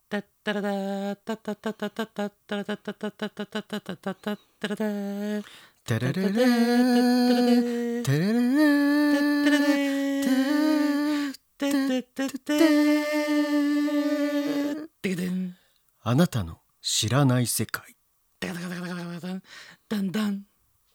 タッタラダータタタタタタタラタタタタタタタタタタタラダーテレレレタタタタタラダーテレレタタラダレータタタタテケデンあなたの知らない世界。 タカタカタカタカタカタダンダン。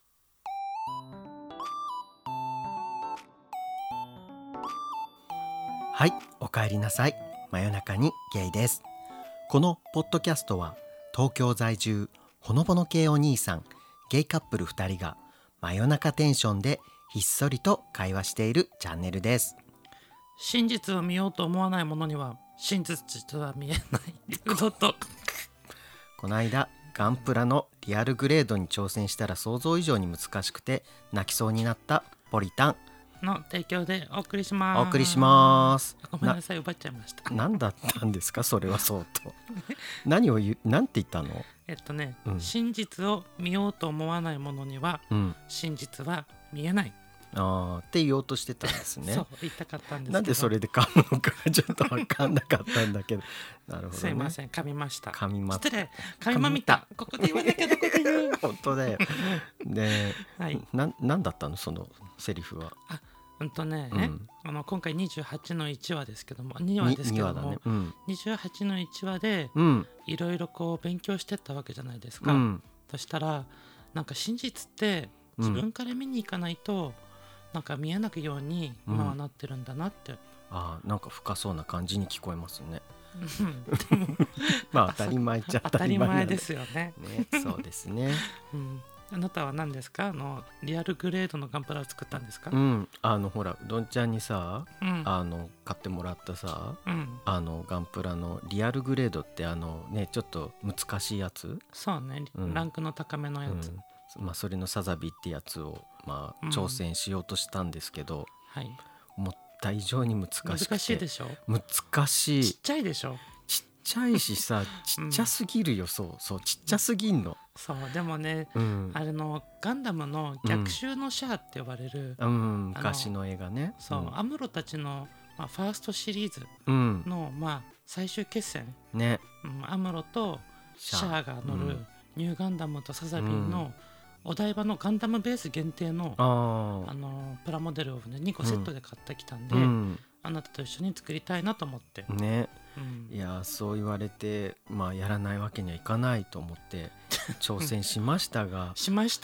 はい、おかえりなさい。真夜中にゲイです。このポッドキャストは東京在住ほのぼの系お兄さんゲイカップル2人が真夜中テンションでひっそりと会話しているチャンネルです。 真実を見ようと思わないものには真実とは見えないこととこの間ガンプラのリアルグレードに挑戦したら想像以上に難しくて泣きそうになったポリタンの提供でお送りします。 お送りします。 ごめんなさい、奪っちゃいました。 何だったんですかそれは。そうと何をなんて言ったの？ 真実を見ようと思わないものには、真実は見えない。 って言おうとしてたんですね。 そう言いたかったんですけど、 なんでそれで噛むのかちょっと分かんなかったんだけどなるほどね。 すいません、噛みました。 噛みました失礼、噛みまみた。ここで言わなきゃどこで言う本当だよで、 はい、 なんだったのそのセリフは。 今回28の1話ですけども、2話ですけども、28の1話でいろいろこう勉強してったわけじゃないですか。そしたらなんか真実って自分から見に行かないとなんか見えなくように今はなってるんだなって、 なんか深そうな感じに聞こえますね。 でもまあ当たり前っちゃ当たり前ですよね。 そうですね。 あなたは何ですか？リアルグレードのガンプラを作ったんですか？ ほらうどんちゃんにさ、買ってもらったさ、ガンプラのリアルグレードってちょっと難しいやつ。 そうね、ランクの高めのやつ。 それのサザビってやつを挑戦しようとしたんですけど、思った以上に難しくて。 難しいでしょ？ 難しい。 ちっちゃいでしょ？ ちっちゃいしさちっちゃすぎるよ。そうちっちゃすぎんの。 そうでもね、あれのガンダムの逆襲のシャアって呼ばれる、 昔の映画ね。 アムロたちの、ファーストシリーズの、最終決戦ね、アムロとシャアが乗るニューガンダムとサザビンのお台場のガンダムベース限定の、プラモデルを、2個セットで買ってきたんで、あなたと一緒に作りたいなと思ってね。 いやそう言われてやらないわけにはいかないと思って挑戦しましたが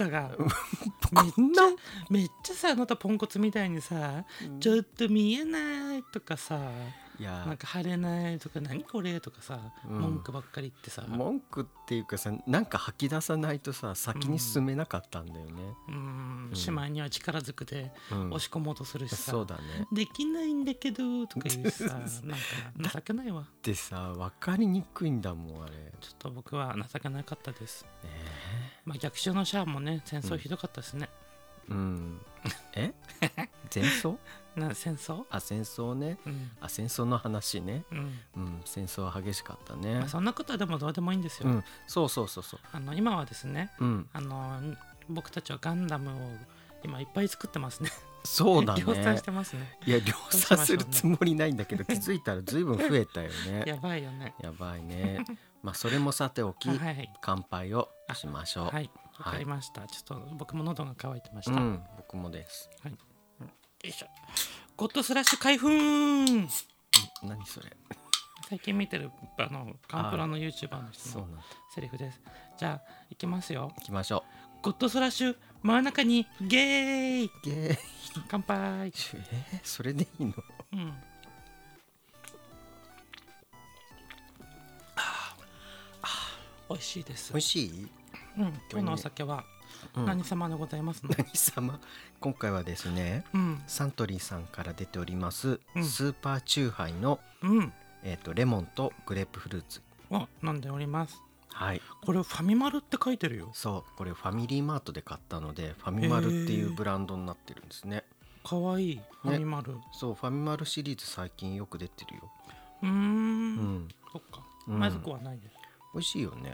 めっちゃさ、あなたポンコツみたいにさ、ちょっと見えないとかさ、なんか晴れないとか何これとかさ、文句ばっかり言ってさ。 文句っていうかさ、なんか吐き出さないとさ先に進めなかったんだよね。 しまいには力ずくで押し込もうとするしさ、 そうだね、 できないんだけどとか言うしさなんか情けないわ。 でさ分かりにくいんだもんあれ。 ちょっと僕は情けなかったです。逆襲のシャアもね、戦争ひどかったですね。 戦争戦争戦争ね、戦争の話ね。戦争は激しかったね。 そんなことはでもどうでもいいんですよ。 そう今はですね、僕たちはガンダムを今いっぱい作ってますね。 そうだね。 量産してますね。 いや量産するつもりないんだけど気づいたらずいぶん増えたよね。 やばいよね。 やばいね。それもさておき、乾杯をしましょう。 わかりました。ちょっと僕も喉が渇いてました。 僕もです。 よいしょ。ゴッドスラッシュ開封。 何それ。 最近見てるガンプラの YouTuber の人のセリフです。じゃあ行きますよ。 行きましょう。ゴッドスラッシュ真ん中にゲイ乾杯。 それでいいの？ 美味しいです。 美味しい？ 今日のお酒は何様でございますの？ 何様？今回はですね、サントリーさんから出ております、スーパーチューハイの、レモンとグレープフルーツを飲んでおります。 はい。 これファミマルって書いてるよ。 そう、これファミリーマートで買ったのでファミマルっていうブランドになってるんですね。 かわいい。ファミマル、 そうファミマルシリーズ最近よく出てるよ。 そっか、まずくはないです。 美味しいよね。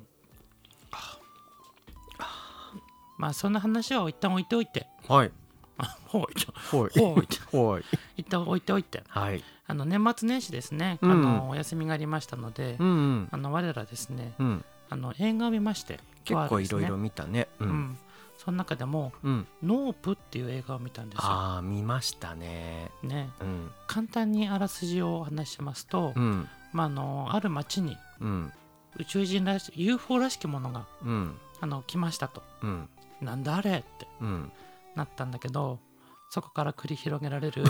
そんな話は一旦置いておいて、 はい。 ほいほいほいほい一旦置いておいて、 はい、 年末年始ですね、お休みがありましたので、我らですね、映画を見まして、 結構いろいろ見たね。 その中でも、ノープっていう映画を見たんですよ。 あ、見ましたね。 簡単にあらすじをお話ししますと、ある町に宇宙人らしい UFO らしきものが、来ましたと、なんだあれって、なったんだけど、そこから繰り広げられる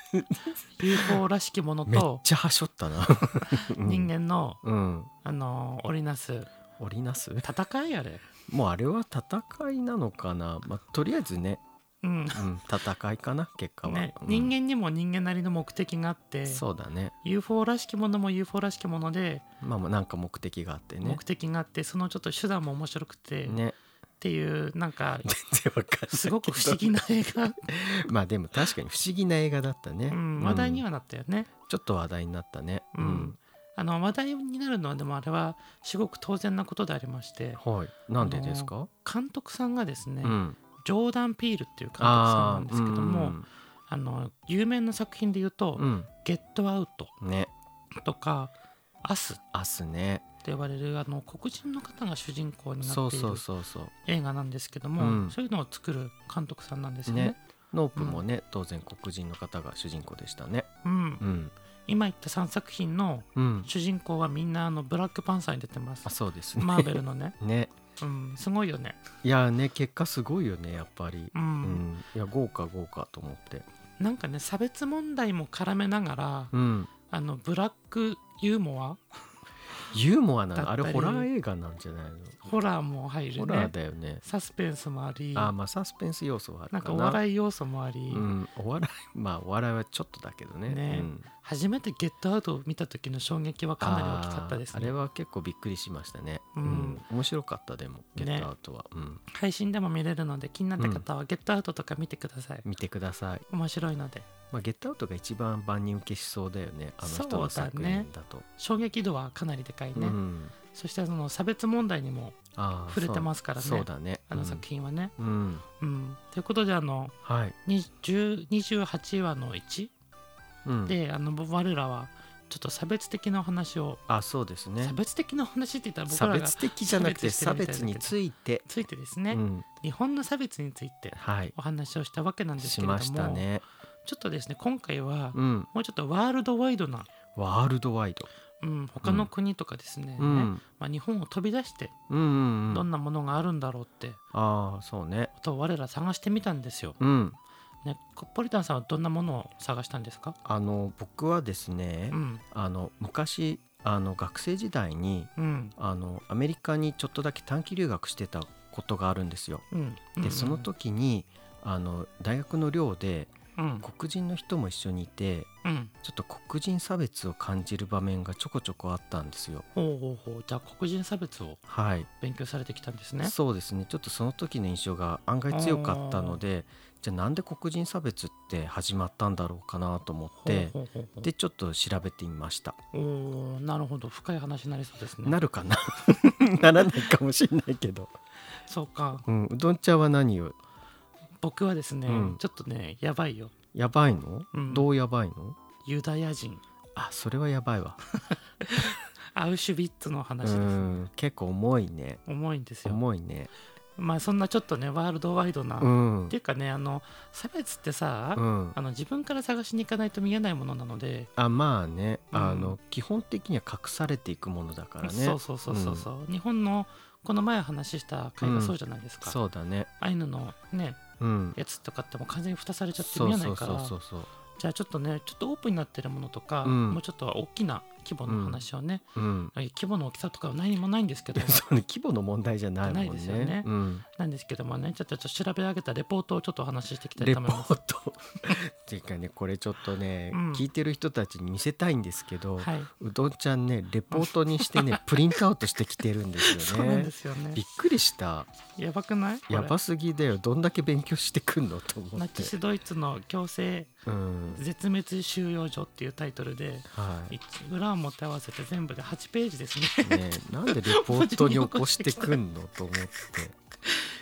UFO らしきものとめっちゃはしょったな人間の、織りなす戦い、あれもうあれは戦いなのかな、とりあえずね、戦いかな、結果は、ね、 人間にも人間なりの目的があって、 そうだね、 UFO らしきものも UFO らしきもので、 なんか目的があってね、 目的があって、そのちょっと手段も面白くてねっていう、なんか全然わかんない、 すごく不思議な映画でも確かに不思議な映画だったね、 話題にはなったよね。 ちょっと話題になったね。 話題になるのは、でもあれはすごく当然なことでありまして、 なんでですか？ 監督さんがですね、ジョーダン・ピールっていう監督さんなんですけども、有名な作品で言うと、ゲットアウトとかアスねって呼ばれる黒人の方が主人公になっている映画なんですけども、そういうのを作る監督さんなんですよね。 ノープもね、当然黒人の方が主人公でしたね。 今言った3作品の主人公はみんなブラックパンサーに出てます。 そうですね、 マーベルのねすごいよね。 いやね、結果すごいよね、やっぱり。いや、豪華と思って、 なんかね、差別問題も絡めながら、ブラックユーモアなのあれ、ホラー映画なんじゃないの？ ホラーも入るね。 ホラーだよね。 サスペンスもあり、 サスペンス要素はあるかな。 なんかお笑い要素もあり、 お笑いはちょっとだけどね。 初めてゲットアウトを見た時の衝撃はかなり大きかったですね。 あれは結構びっくりしましたね。面白かった。でもゲットアウトは、 配信でも見れるので、気になった方はゲットアウトとか見てください。面白いので。 ゲットアウトが一番万人受けしそうだよね、あの人の作品だと。 衝撃度はかなりでかいね。そして差別問題にも触れてますからね。 そうだね、 あの作品はね。ということで28話の1、で我らはちょっと差別的な話を。 そうですね。 差別的な話って言ったら僕らが差別的じゃなくて差別についてですね、日本の差別についてお話をしたわけなんですけれども、 しましたね。 ちょっとですね、今回はもうちょっとワールドワイド、他の国とかですね、日本を飛び出してどんなものがあるんだろうってそうね、 と我ら探してみたんですよ。ポリタンさんはどんなものを探したんですか？ 僕はですね、昔学生時代に、アメリカにちょっとだけ短期留学してたことがあるんですよ。でその時に大学の寮で黒人の人も一緒にいて、ちょっと黒人差別を感じる場面がちょこちょこあったんですよ。 じゃあ黒人差別を勉強されてきたんですね。 そうですね。ちょっとその時の印象が案外強かったので、じゃあなんで黒人差別って始まったんだろうかなと思って、でちょっと調べてみました。 なるほど、深い話になりそうですね。 なるかなならないかもしれないけど。 そうか。 うどんちゃんは何を？ 僕はですね、ちょっとね、やばいよ。 やばいの？どうやばいの？ ユダヤ人。 それはやばいわアウシュビッツの話です。 結構重いね。 重いんですよ。 重いね。 そんなちょっとね、ワールドワイドな、っていうかね、差別ってさ、自分から探しに行かないと見えないものなので、 ね、基本的には隠されていくものだからね。 そう日本のこの前話した回がそうじゃないですか。 そうだね。 アイヌのね、やつとかってもう完全に蓋されちゃって見えないから、じゃあちょっとね、ちょっとオープンになってるものとか、もうちょっと大きな規模の話をね、規模の大きさとかは何もないんですけど規模の問題じゃないもんね。 ないですよね。なんですけどもね、ちょっと調べ上げたレポートをちょっとお話ししていきたいと思います。 レポートっていうかね、これちょっとね、聞いてる人たちに見せたいんですけど、うどんちゃんね、レポートにしてねプリントアウトしてきてるんですよね。 そうなんですよね。 びっくりした。 やばくない？ やばすぎだよ。どんだけ勉強してくんのと思って。 ナチスドイツの強制絶滅収容所っていうタイトルで、裏を持って合わせて全部で8ページですね。 なんでレポートに起こしてくんのと思って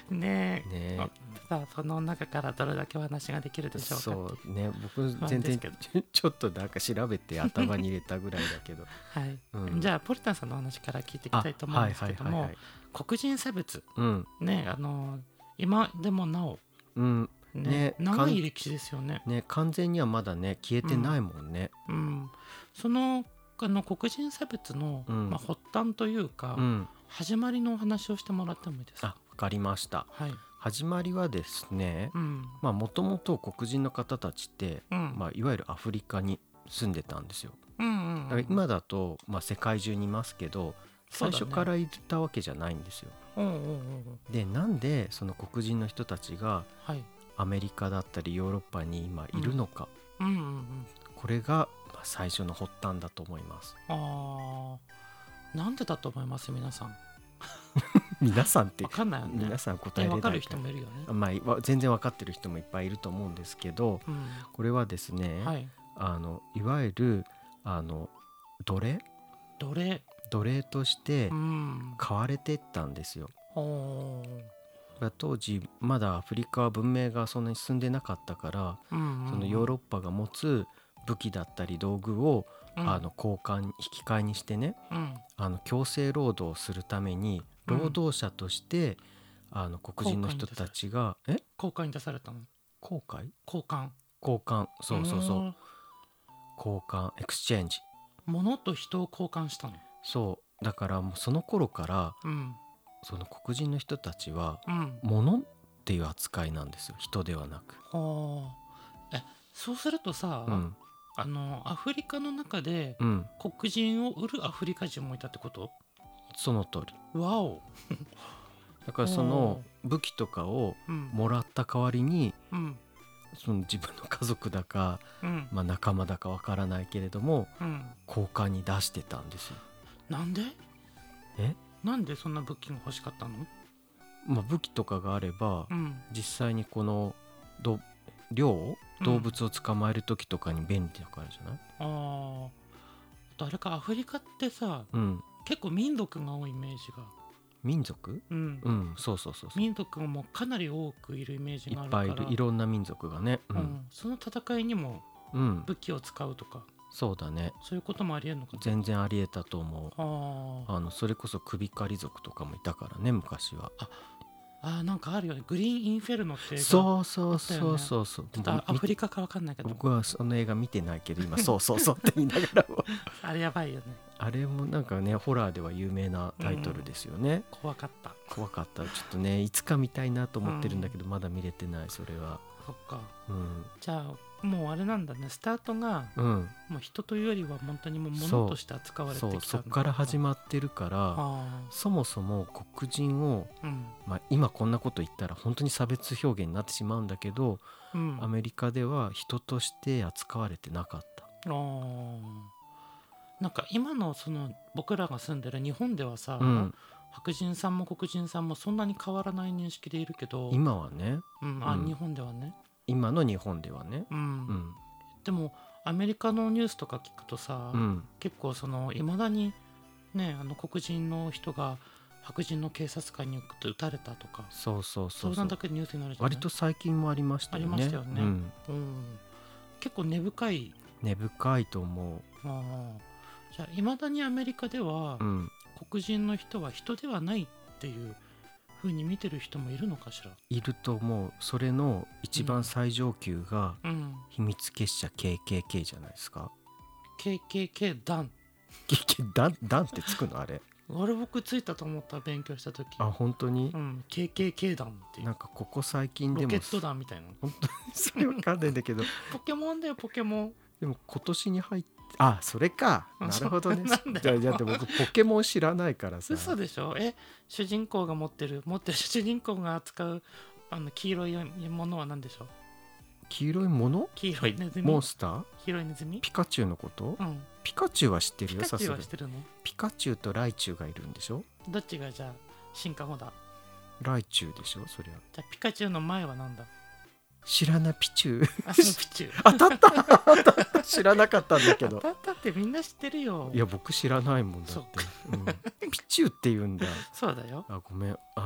ねえ、さあその中からどれだけお話ができるでしょうか。 そうね、僕全然ちょっとなんか調べて頭に入れたぐらいだけどはい、じゃあポリタンさんのお話から聞いていきたいと思うんですけども、黒人差別、ね、今でもなお、長い歴史ですよね。 完全にはまだね消えてないもんね。 その黒人差別の、発端というか、始まりのお話をしてもらってもいいですか。 わかりました。 はい、 始まりはですね、もともと黒人の方たちって、いわゆるアフリカに住んでたんですよ。だから今だと、世界中にいますけど、最初からいたわけじゃないんですよ。で、なんでその黒人の人たちがアメリカだったりヨーロッパに今いるのか、これが最初の発端だと思います。 なんでだと思います皆さん。 皆さんって分かんないよね。 皆さん答えれない。 分かる人もいるよね。 全然分かってる人もいっぱいいると思うんですけど、これはですね、いわゆる奴隷として買われてったんですよ。当時まだアフリカは文明がそんなに進んでなかったから、そのヨーロッパが持つ武器だったり道具を引き換えにしてね、強制労働をするために労働者として、黒人の人たちが交換に出されたの。交換そう交換エクスチェンジ、 物と人を交換したの。 そうだからもうその頃から、その黒人の人たちは物っていう扱いなんですよ、人ではなく。 そうするとさ、アフリカの中で黒人を売るアフリカ人もいたってこと？ その通り。 わおだからその武器とかをもらった代わりに、その自分の家族だか、仲間だかわからないけれども、交換に出してたんですよ。 なんで？なんでそんな武器が欲しかったの？ 武器とかがあれば、実際にこの動物を捕まえる時とかに便利だからじゃない？ あれか、アフリカってさ、結構民族が多いイメージが。 民族？そう民族がもうかなり多くいるイメージがあるから。 いっぱいいる、いろんな民族がね。 その戦いにも武器を使うとか、 そうだね、 そういうこともありえるのかな。 全然ありえたと思う。それこそ首狩り族とかもいたからね、昔は。 なんかあるよね、グリーンインフェルノって映画。そうアフリカか分かんないけど、 僕はその映画見てないけど今そうって言いながらもあれやばいよね。 あれもなんかね、ホラーでは有名なタイトルですよね。 怖かった。 ちょっとね、いつか見たいなと思ってるんだけど、まだ見れてない。それはそっか。じゃあもうあれなんだね、スタートがもう人というよりは本当にもう物として扱われてきたんだ。 そっから始まってるから、そもそも黒人を、今こんなこと言ったら本当に差別表現になってしまうんだけど、アメリカでは人として扱われてなかった。 なんか今のその僕らが住んでる日本ではさ、白人さんも黒人さんもそんなに変わらない認識でいるけど、 今はね、 日本ではね、 今の日本ではね、 でもアメリカのニュースとか聞くとさ、結構そのいまだにね、黒人の人が白人の警察官に撃たれたとか、そうなんだけニュースになるじゃない。 割と最近もありましたよね。 結構根深いと思う。 じゃあいまだにアメリカでは、黒人の人は人ではないっていう風に見てる人もいるのかしら。 いると思う。それの一番最上級が秘密結社 KKK じゃないですか。 KKK 団団ってつくの？あれ僕ついたと思った、勉強した時。 本当に KKK 団っていう、 なんかここ最近でもロケット団みたいな。 本当にそれわかんないんだけどポケモンだよ、ポケモン。 でも今年に入ってそれか。なるほどね。じゃあ僕ポケモン知らないからさ。 嘘でしょ。主人公が持ってる主人公が扱う黄色いものは何でしょう。 黄色いもの？ 黄色いネズミ。 モンスター？ 黄色いネズミ？ ピカチュウのこと？ピカチュウは知ってるよ。 さすがに。 ピカチュウとライチュウがいるんでしょ。 どっちがじゃあ進化後だ？ ライチュウでしょ、そりゃ。 じゃあピカチュウの前はなんだ？ 知らない。ピチュウ。 そのピチュウ。 当たった知らなかったんだけど。 当たったってみんな知ってるよ。 いや僕知らないもんだって。ピチュウって言うんだ。 そうだよ。 ごめん。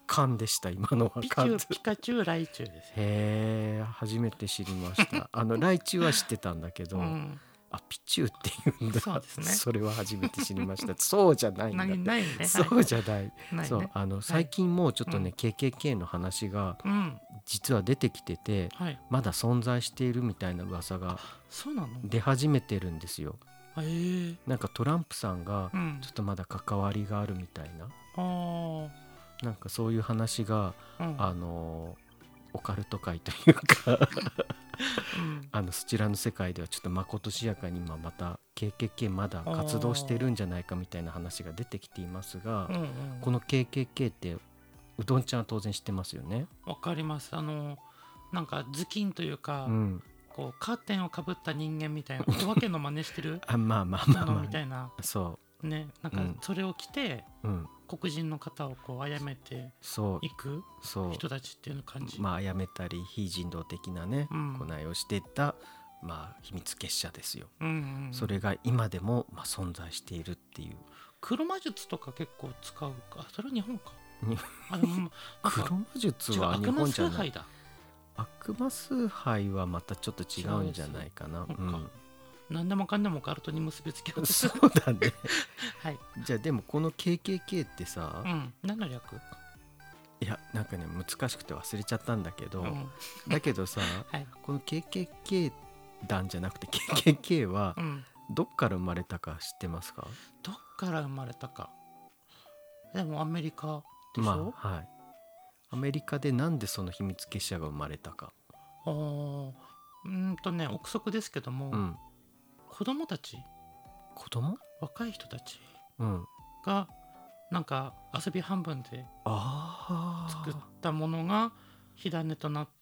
勘でした。今のはピカチュウライチュウです。 へえ、初めて知りましたライチュウは知ってたんだけど、ピチュウって言うんだ。そうですね、それは初めて知りましたそうじゃないんだって。 ないね、 そうじゃない、 はい、 そう最近もうちょっとね、KKK の話が実は出てきてて、まだ存在しているみたいな噂が出始めてるんですよ。なんかトランプさんがちょっとまだ関わりがあるみたいな、なんかそういう話が、オカルト界というかそちらの世界ではちょっとまことしやかに今また KKK まだ活動してるんじゃないかみたいな話が出てきていますが、この KKK ってうどんちゃんは当然知ってますよね。 わかります。なんか頭巾というか、こうカーテンをかぶった人間みたいな、お化けの真似してるまあみたいな、そうね、なんかそれを着て、黒人の方をこう殺めていく人たちっていう感じ。 殺めたり非人道的なね、行いをしていた、秘密結社ですよ。それが今でも存在しているっていう。 黒魔術とか結構使うか。それは日本か。 黒魔術は日本じゃない。悪魔崇拝はまたちょっと違うんじゃないかな。 何でもかんでもオカルトに結びつけようとする。そうだねはい。 じゃあでもこの KKK ってさ、 何の略？ いやなんかね難しくて忘れちゃったんだけど、だけどさ、この KKK 団じゃなくて KKK はどっから生まれたか知ってますか？ どっから生まれたか。でもアメリカでしょ。 はい。アメリカでなんでその秘密結社が生まれたか。 憶測ですけども、子供たち、若い人たちがなんか遊び半分で作ったものが火種となって、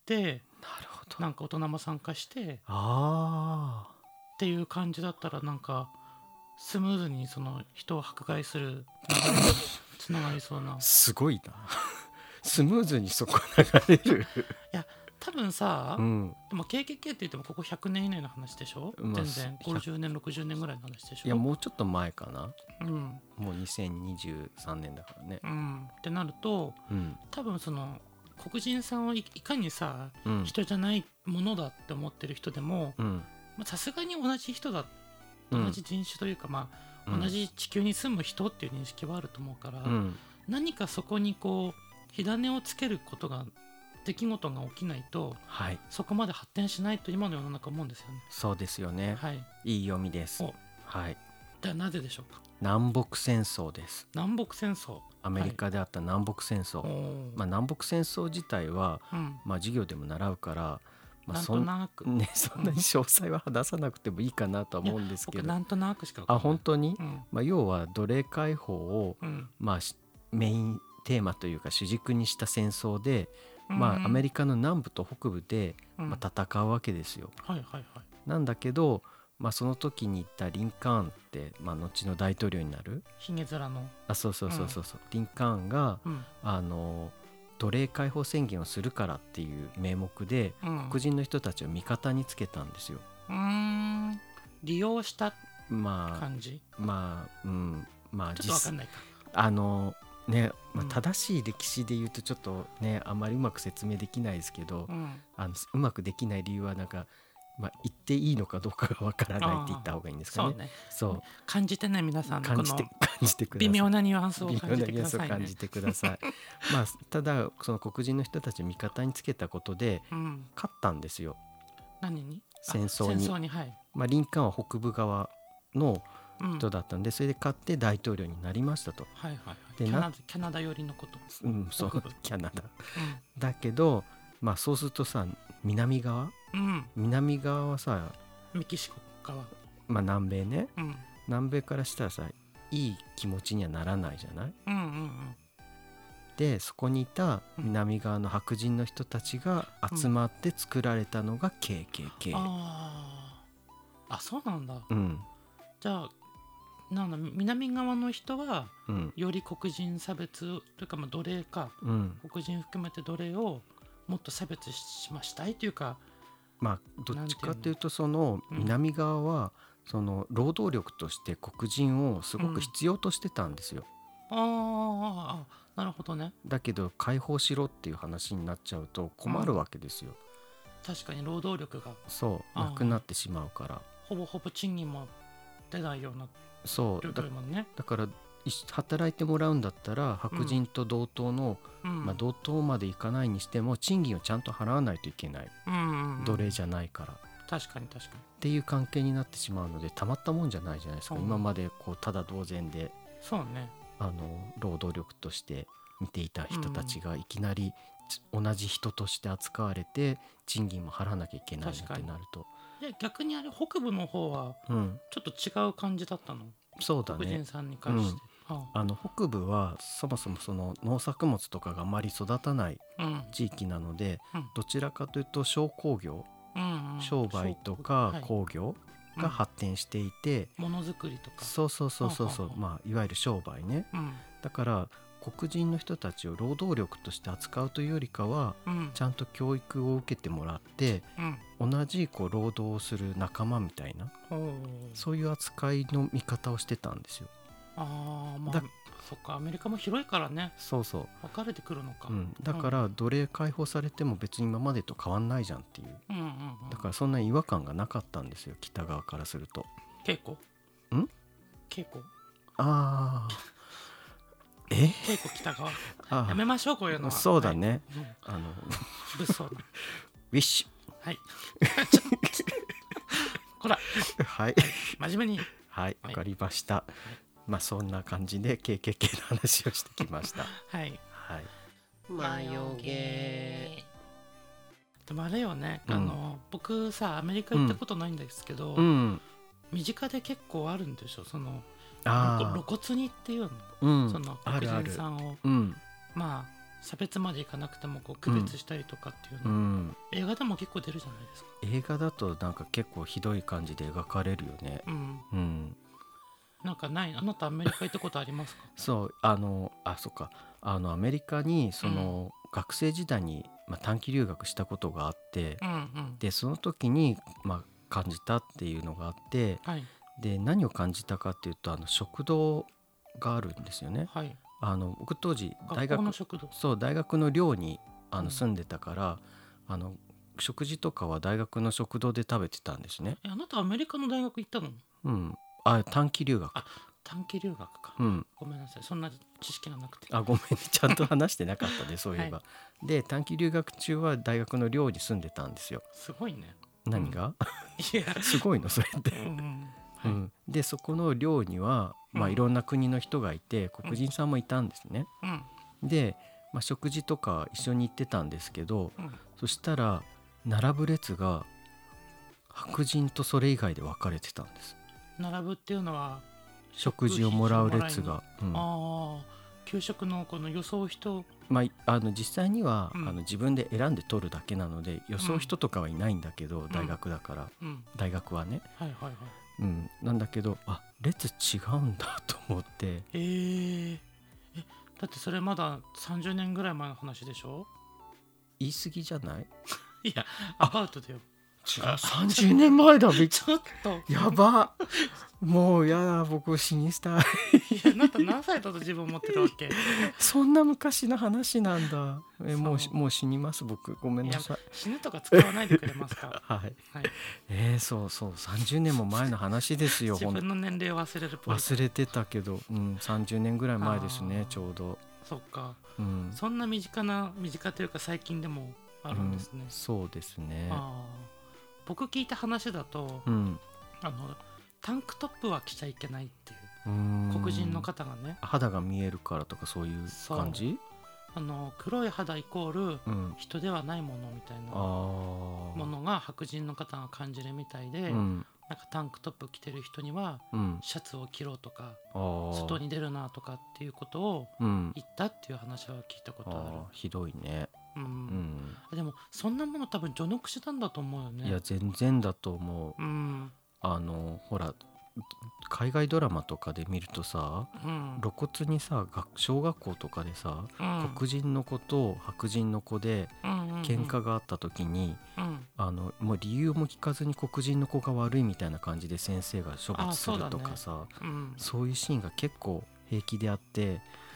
なんか大人も参加してっていう感じだったら、なんかスムーズにその人を迫害する流れにつながりそうな。 すごいなスムーズにそこ流れるいや多分さ、でも KKK って言ってもここ100年以内の話でしょ、全然50年60年ぐらいの話でしょ。 いやもうちょっと前かな、もう2023年だからね。 ってなると、多分その黒人さんをいかにさ、人じゃないものだって思ってる人でもさすがに同じ人だ、同じ人種というか、同じ地球に住む人っていう認識はあると思うから、何かそこにこう火種をつけることが出来事が起きないと、そこまで発展しないと今の世の中思うんですよね。 そうですよね、いい読みです。 ではなぜでしょうか？ 南北戦争です。 南北戦争、 アメリカであった南北戦争、南北戦争自体は、授業でも習うから、 なんとなく、 そんなに詳細は話さなくてもいいかなとは思うんですけど、 僕なんとなくしか分からない。 本当に、要は奴隷解放を、メインテーマというか主軸にした戦争で、アメリカの南部と北部で、戦うわけですよ。なんだけど、その時に言ったリンカーンって、後の大統領になるひげ面のそうリンカーンが、奴隷解放宣言をするからっていう名目で、黒人の人たちを味方につけたんですよ。 利用した感じ、 ちょっと分かんないか。 正しい歴史で言うとちょっとねあまりうまく説明できないですけど、うまくできない理由はなんか、言っていいのかどうかがわからないって言った方がいいんですかね。そう感じてね、皆さん感じてください。 微妙なニュアンスを感じてくださいね。 感じてくださいただその黒人の人たちを味方につけたことで、勝ったんですよ。 何に？ 戦争に。リンカーンは北部側の人だったんで、それで勝って大統領になりましたと。 キャナダ寄りのこと。 そうキャナダ、だけどそうするとさ、南側はさメキシコ側、 南米ね、南米からしたらさいい気持ちにはならないじゃない。でそこにいた南側の白人の人たちが集まって作られたのが KKK。 そうなんだ。じゃあ南側の人はより黒人差別というか、奴隷か、黒人含めて奴隷をもっと差別しましたいというか、 どっちかというとその南側はその労働力として黒人をすごく必要としてたんですよ。 あ、なるほどね。 だけど解放しろっていう話になっちゃうと困るわけですよ、 確かに労働力がそうなくなってしまうから、 ほぼほぼ賃金も出ないようなそう状況もね。 だから働いてもらうんだったら白人と同等の、同等までいかないにしても賃金をちゃんと払わないといけない、奴隷じゃないから。 確かに確かにっていう関係になってしまうのでたまったもんじゃないじゃないですか、今までこうただ同然でそうね、 労働力として見ていた人たちがいきなり同じ人として扱われて賃金も払わなきゃいけないってなると、 逆にあれ北部の方はちょっと違う感じだったの、 そうだね、 黒人さんに関して、 北部はそもそもその農作物とかがあまり育たない地域なので、どちらかというと商工業、商売とか工業が発展していて、 ものづくりとか、 そう、まあいわゆる商売ね、だから黒人の人たちを労働力として扱うというよりかは、ちゃんと教育を受けてもらって、同じこう労働をする仲間みたいな、そういう扱いの見方をしてたんですよ。 そっか、アメリカも広いからね。 そう分かれてくるのか、 だから奴隷解放されても別に今までと変わんないじゃんっていう、だからそんな違和感がなかったんですよ、北側からすると。 稽古稽古稽古北側やめましょう、こういうのは。 そうだね、 物騒なウィッシュ、 はいこらはい真面目に、 はい、わかりました、まあそんな感じで KKK の話をしてきましたはいマヨゲー。でもあれよね、僕さアメリカ行ったことないんですけど、身近で結構あるんでしょ、その露骨にっていうの、その黒人さんをまあ差別までいかなくてもこう区別したりとかっていうの、映画でも結構出るじゃないですか。 映画だとなんか結構ひどい感じで描かれるよね。 なんかない？あなたアメリカ行ったことありますか？ そうそっか、アメリカにその、学生時代に、短期留学したことがあって、でその時に、感じたっていうのがあって、で何を感じたかっていうと食堂があるんですよね。僕当時大学の寮に住んでたから、食事とかは大学の食堂で食べてたんですね。 あなたアメリカの大学行ったの？ 短期留学。 短期留学か、ごめんなさい、そんな知識がなくて。 ごめんね、ちゃんと話してなかったねそういえば、で短期留学中は大学の寮に住んでたんですよ。 すごいね。 何が？ いやすごいのそれって。でそこの寮には、いろんな国の人がいて黒人さんもいたんですね。で、食事とか一緒に行ってたんですけど、そしたら並ぶ列が白人とそれ以外で分かれてたんです。 並ぶっていうのは食事をもらう列が、 給食のこの予想人、 実際には、自分で選んで取るだけなので予想人とかはいないんだけど、大学だから、大学はね、なんだけど列違うんだと思って。 だってそれまだ30年ぐらい前の話でしょ？ 言い過ぎじゃない？ いやアバウトだよ。 違う、30年前だ。 ちょっとやば、もうやだ、僕死にしたい。 いや、あなた何歳だと自分思ってるわけ？ そんな昔の話なんだ。もう死にます僕、ごめんなさい。 死ぬとか使わないでくれますか？ そう30年も前の話ですよ。 自分の年齢を忘れるぽい。 忘れてたけど、30年ぐらい前ですね、ちょうど。 そっか、そんな身近というか最近でもあるんですね。 そうですね。 僕聞いた話だと、タンクトップは着ちゃいけないっていう、黒人の方がね、 肌が見えるからとかそういう感じ？ 黒い肌イコール人ではないものみたいなものが白人の方が感じるみたいで、なんかタンクトップ着てる人にはシャツを着ろとか、外に出るなとかっていうことを言ったっていう話は聞いたことある。 ひどいね。 でもそんなもの多分序の口なんだと思うよね。 いや全然だと思う。ほら海外ドラマとかで見るとさ、露骨にさ小学校とかでさ、黒人の子と白人の子で喧嘩があった時に、もう理由も聞かずに黒人の子が悪いみたいな感じで先生が処罰するとかさ、そういうシーンが結構平気であって、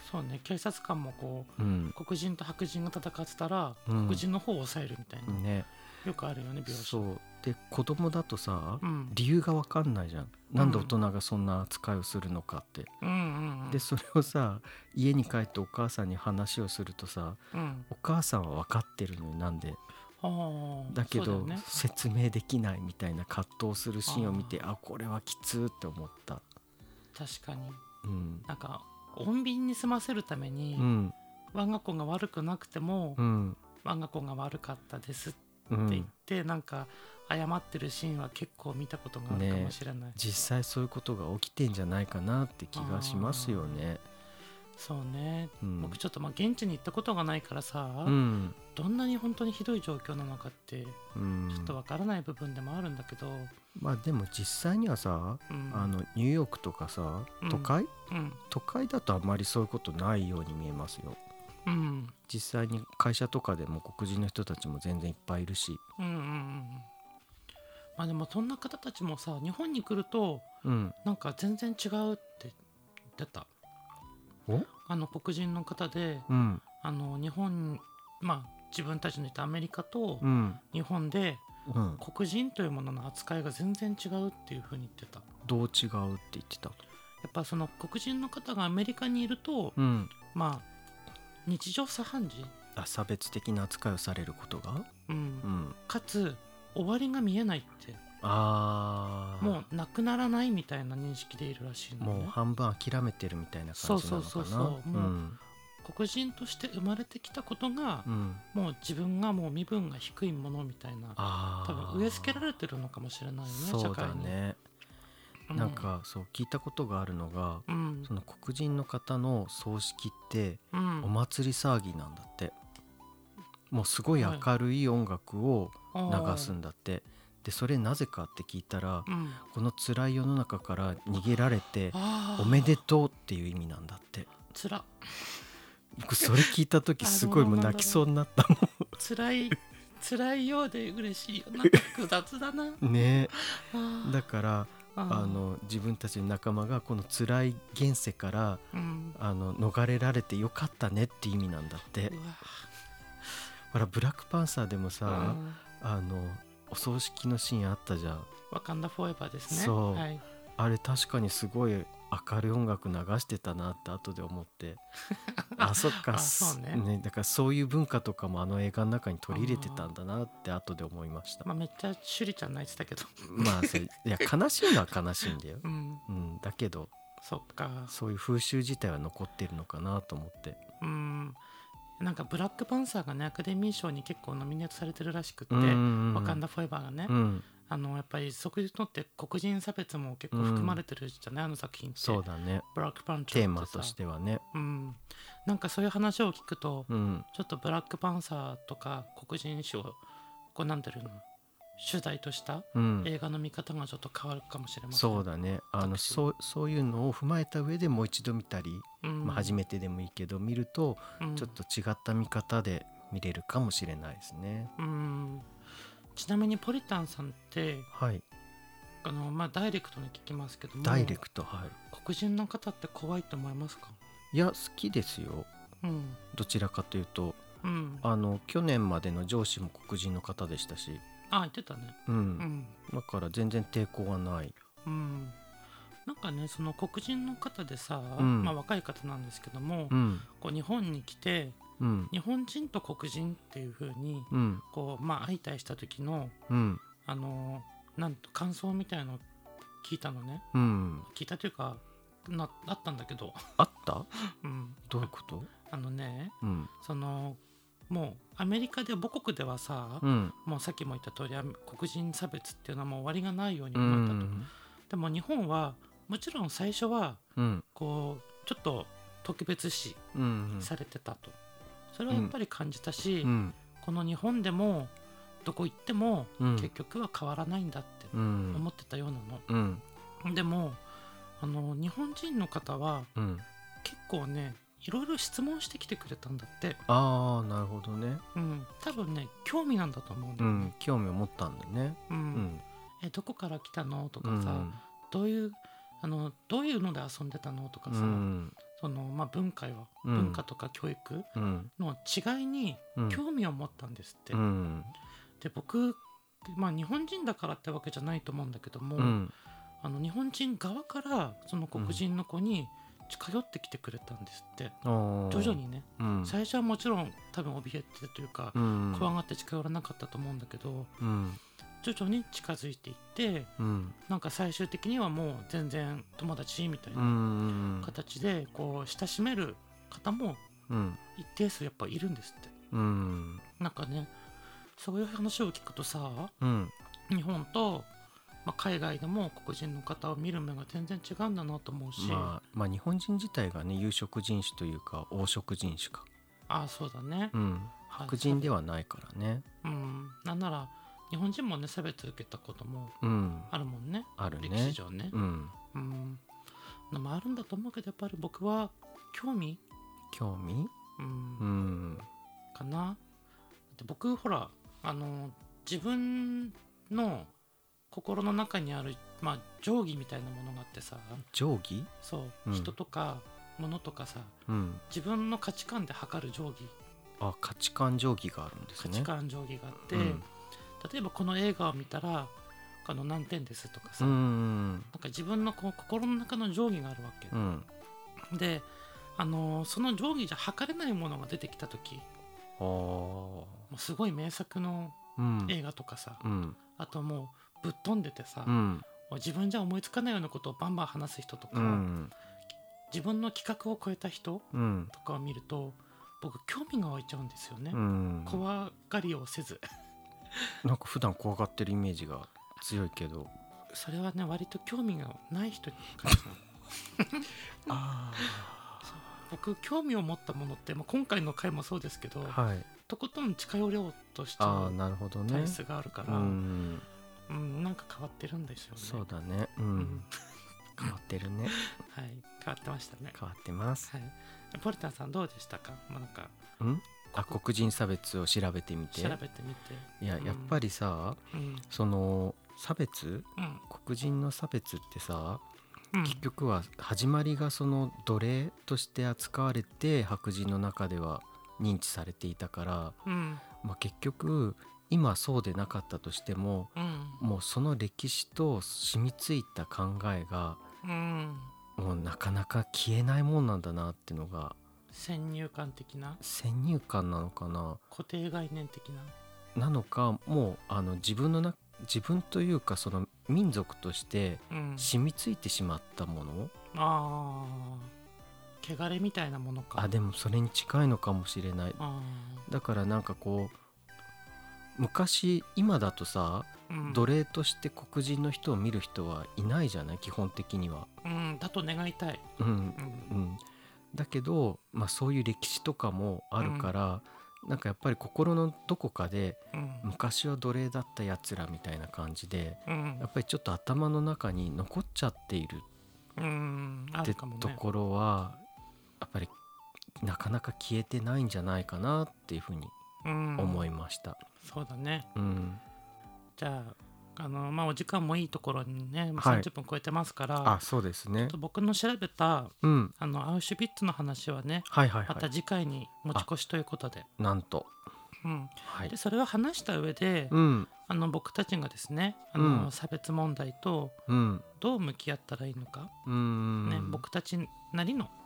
そうね、警察官もこう、黒人と白人が戦ってたら、黒人の方を抑えるみたいな、ね、よくあるよね描写。 そうで子供だとさ、理由が分かんないじゃん、なんで大人がそんな扱いをするのかって、でそれをさ家に帰ってお母さんに話をするとさ、お母さんは分かってるのになんでだけど、ね、説明できないみたいな葛藤するシーンを見て、これはきつーって思った。 確かに、なんか穏便に済ませるために、我が子が悪くなくても、我が子が悪かったですって言って、なんか謝ってるシーンは結構見たことがあるかもしれない、ね、 実際そういうことが起きてんじゃないかなって気がしますよね。 そうね、僕ちょっと現地に行ったことがないからさ、どんなに本当にひどい状況なのかってちょっとわからない部分でもあるんだけど、 でも実際にはさ、ニューヨークとかさ都会、都会だとあんまりそういうことないように見えますよ。実際に会社とかでも黒人の人たちも全然いっぱいいるし、 でもそんな方たちもさ日本に来ると、なんか全然違うって言ってた。黒人の方で、日本、自分たちのいたアメリカと日本で、黒人というものの扱いが全然違うっていう風に言ってた。 どう違うって言ってた？ やっぱその黒人の方がアメリカにいると、日常茶飯事、 差別的な扱いをされることが、 かつ終わりが見えないって、もうなくならないみたいな認識でいるらしいのね。 もう半分諦めてるみたいな感じなのかな。 もう黒人として生まれてきたことが、もう自分がもう身分が低いものみたいな、多分植え付けられてるのかもしれないよね、 そうだね。なんかそう聞いたことがあるのが、その黒人の方の葬式って、お祭り騒ぎなんだって。もうすごい明るい音楽を流すんだって。でそれなぜかって聞いたら、この辛い世の中から逃げられておめでとうっていう意味なんだって。 辛っ。 僕それ聞いた時すごいもう泣きそうになったもん。 辛いようで嬉しいよ。なんか複雑だなね。だから自分たちの仲間がこの辛い現世から、逃れられてよかったねって意味なんだって。ほらブラックパンサーでもさ、お葬式のシーンあったじゃん。 ワカンダフォーエバーですね。 そう、あれ確かにすごい明るい音楽流してたなって後で思ってそっかそうね、だからそういう文化とかも映画の中に取り入れてたんだなって後で思いました。 めっちゃシュリちゃん泣いてたけどいや悲しいのは悲しいんだよ、だけどそっか、 そういう風習自体は残ってるのかなと思って。 なんかブラックパンサーがねアカデミー賞に結構ノミネートされてるらしくって、ワカンダフォーエバーがね、やっぱりそういうのって黒人差別も結構含まれてるじゃない、作品って。 そうだね、 ブラックパンサーってテーマとしてはね、 なんかそういう話を聞くと、ちょっとブラックパンサーとか黒人種をなんていうの主題とした映画の見方がちょっと変わるかもしれません。 そうだね、そういうのを踏まえた上でもう一度見たり、初めてでもいいけど見ると、ちょっと違った見方で見れるかもしれないですね。 ちなみにポリタンさんって、ダイレクトに聞きますけども、 ダイレクト、 黒人の方って怖いと思いますか？ いや好きですよ、どちらかというと、去年までの上司も黒人の方でしたし。 言ってたね。 だから全然抵抗はない。 なんかねその黒人の方でさ、若い方なんですけども、こう日本に来て、日本人と黒人っていう風に、相対した時の、なんと感想みたいのを聞いたのね。聞いたというかあったんだけど。 あった？どういうこと？ そのもうアメリカで母国ではさ、もうさっきも言った通り黒人差別っていうのはもう終わりがないように思えたと。でも日本はもちろん最初は、こうちょっと特別視されてたと、それはやっぱり感じたし、この日本でもどこ行っても結局は変わらないんだって思ってたようなの。でも日本人の方は、結構ねいろいろ質問してきてくれたんだって。 なるほどね。 多分ね興味なんだと思うんだよね。 興味を持ったんだね。 どこから来たのとかさ、どういうので遊んでたのとかさ、 その、文化とか教育の違いに興味を持ったんですって。で僕、日本人だからってわけじゃないと思うんだけども、日本人側からその黒人の子に近寄ってきてくれたんですって、徐々にね、最初はもちろん多分怯えてというか、怖がって近寄らなかったと思うんだけど、徐々に近づいていって、なんか最終的にはもう全然友達みたいな形でこう親しめる方も一定数やっぱいるんですって。なんかね、そういう話を聞くとさ、日本と、海外でも黒人の方を見る目が全然違うんだなと思うし、 日本人自体がね有色人種というか黄色人種か。 そうだね、 白人ではないからね。 なんなら日本人もね差別受けたこともあるもんね、 あるね、 歴史上ね。のもあるんだと思うけど、やっぱり僕は興味かな。で僕ほら自分の心の中にある、定規みたいなものがあってさ。 定規？ そう、人とか物とかさ、自分の価値観で測る定規。 価値観定規があるんですね。 価値観定規があって、例えばこの映画を見たら何点ですとかさ、なんか自分の心の中の定規があるわけ、でその定規じゃ測れないものが出てきた時、もうすごい名作の映画とかさ、あともうぶっ飛んでてさ、もう自分じゃ思いつかないようなことをバンバン話す人とか、自分の企画を超えた人とかを見ると、僕興味が湧いちゃうんですよね、怖がりをせずなんか普段怖がってるイメージが強いけど、 それはね割と興味がない人に感じなの僕興味を持ったものって、今回の回もそうですけど、とことん近寄ろうとしちゃう体質があるから、なんか変わってるんですよね。 そうだね、変わってるねはい、変わってましたね。 変わってます、 ポルタンさんどうでしたか？なんか黒人差別を調べてみて。いや、やっぱりさ、その差別、黒人の差別ってさ、結局は始まりがその奴隷として扱われて白人の中では認知されていたから、結局今そうでなかったとしても、もうその歴史と染みついた考えが、もうなかなか消えないもんなんだなっていうのが。 先入観的な？ 先入観なのかな、 固定概念的なのか、もう自分というかその民族として染みついてしまったもの、 汚れみたいなものか。 でもそれに近いのかもしれない。だからなんかこう今だとさ、奴隷として黒人の人を見る人はいないじゃない、基本的には。 だと願いたい。 だけど、そういう歴史とかもあるから、なんかやっぱり心のどこかで、昔は奴隷だったやつらみたいな感じで、やっぱりちょっと頭の中に残っちゃっているってところは、やっぱりなかなか消えてないんじゃないかなっていうふうに思いました。 そうだね。じゃあお時間もいいところにね、30分超えてますから、 そうですね、 ちょっと僕の調べた、アウシュビッツの話はね、また次回に持ち越しということで、 なんと、 でそれを話した上で、僕たちがですね、差別問題とどう向き合ったらいいのか、僕たちなりの、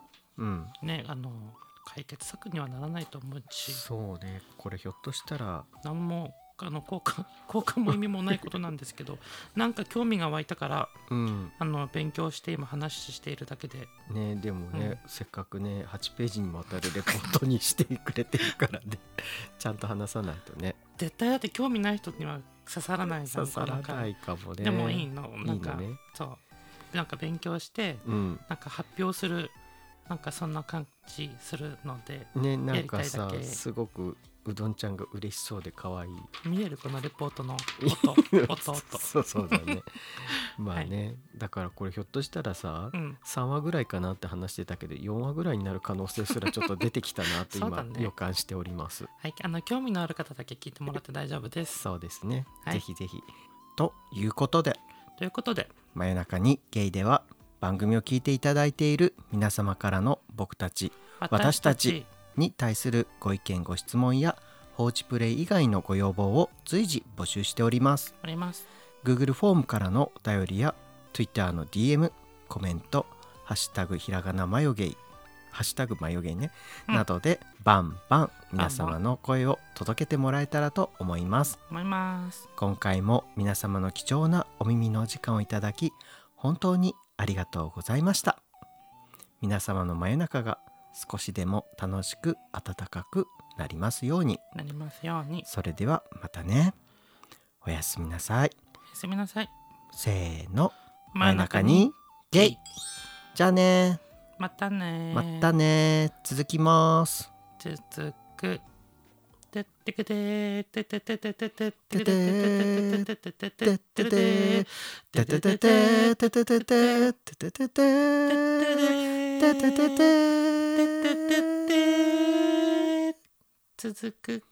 解決策にはならないと思うし、 そうね、これひょっとしたら何も効果も意味もないことなんですけどなんか興味が湧いたから、勉強して今話しているだけでね。でもね、せっかくね8ページにもわたるレポートにしてくれてるからねちゃんと話さないとね。 絶対だって興味ない人には刺さらないじゃん。 刺さらないかもね。 でもいいの、なんかいいのね。そうなんか勉強して、なんか発表する、なんかそんな感じするのでね。 なんかさ、すごくうどんちゃんが嬉しそうで可愛い。 見えるこのレポートの音そうだねね、だからこれひょっとしたらさ、3話ぐらいかなって話してたけど4話ぐらいになる可能性すらちょっと出てきたなと今予感しております。 興味のある方だけ聞いてもらって大丈夫です。 そうですね、ぜひぜひ。ということで真夜中にゲイでは番組を聞いていただいている皆様からの僕たち私たちに対するご意見ご質問や放置プレイ以外のご要望を随時募集しております。 Google フォームからのお便りや Twitter の DM、 コメント、ハッシュタグひらがなマヨゲイ、ハッシュタグマヨゲイね、などでバンバン皆様の声を届けてもらえたらと思います。今回も皆様の貴重なお耳のお時間をいただき本当にありがとうございました。皆様の真夜中が少しでも楽しく暖かくなりますように。それではまたね。おやすみなさい。せーの、真夜中にゲイ。じゃあね。 またね。 またね。続きます。 続く。てってけてーてててててててててててててててて続く。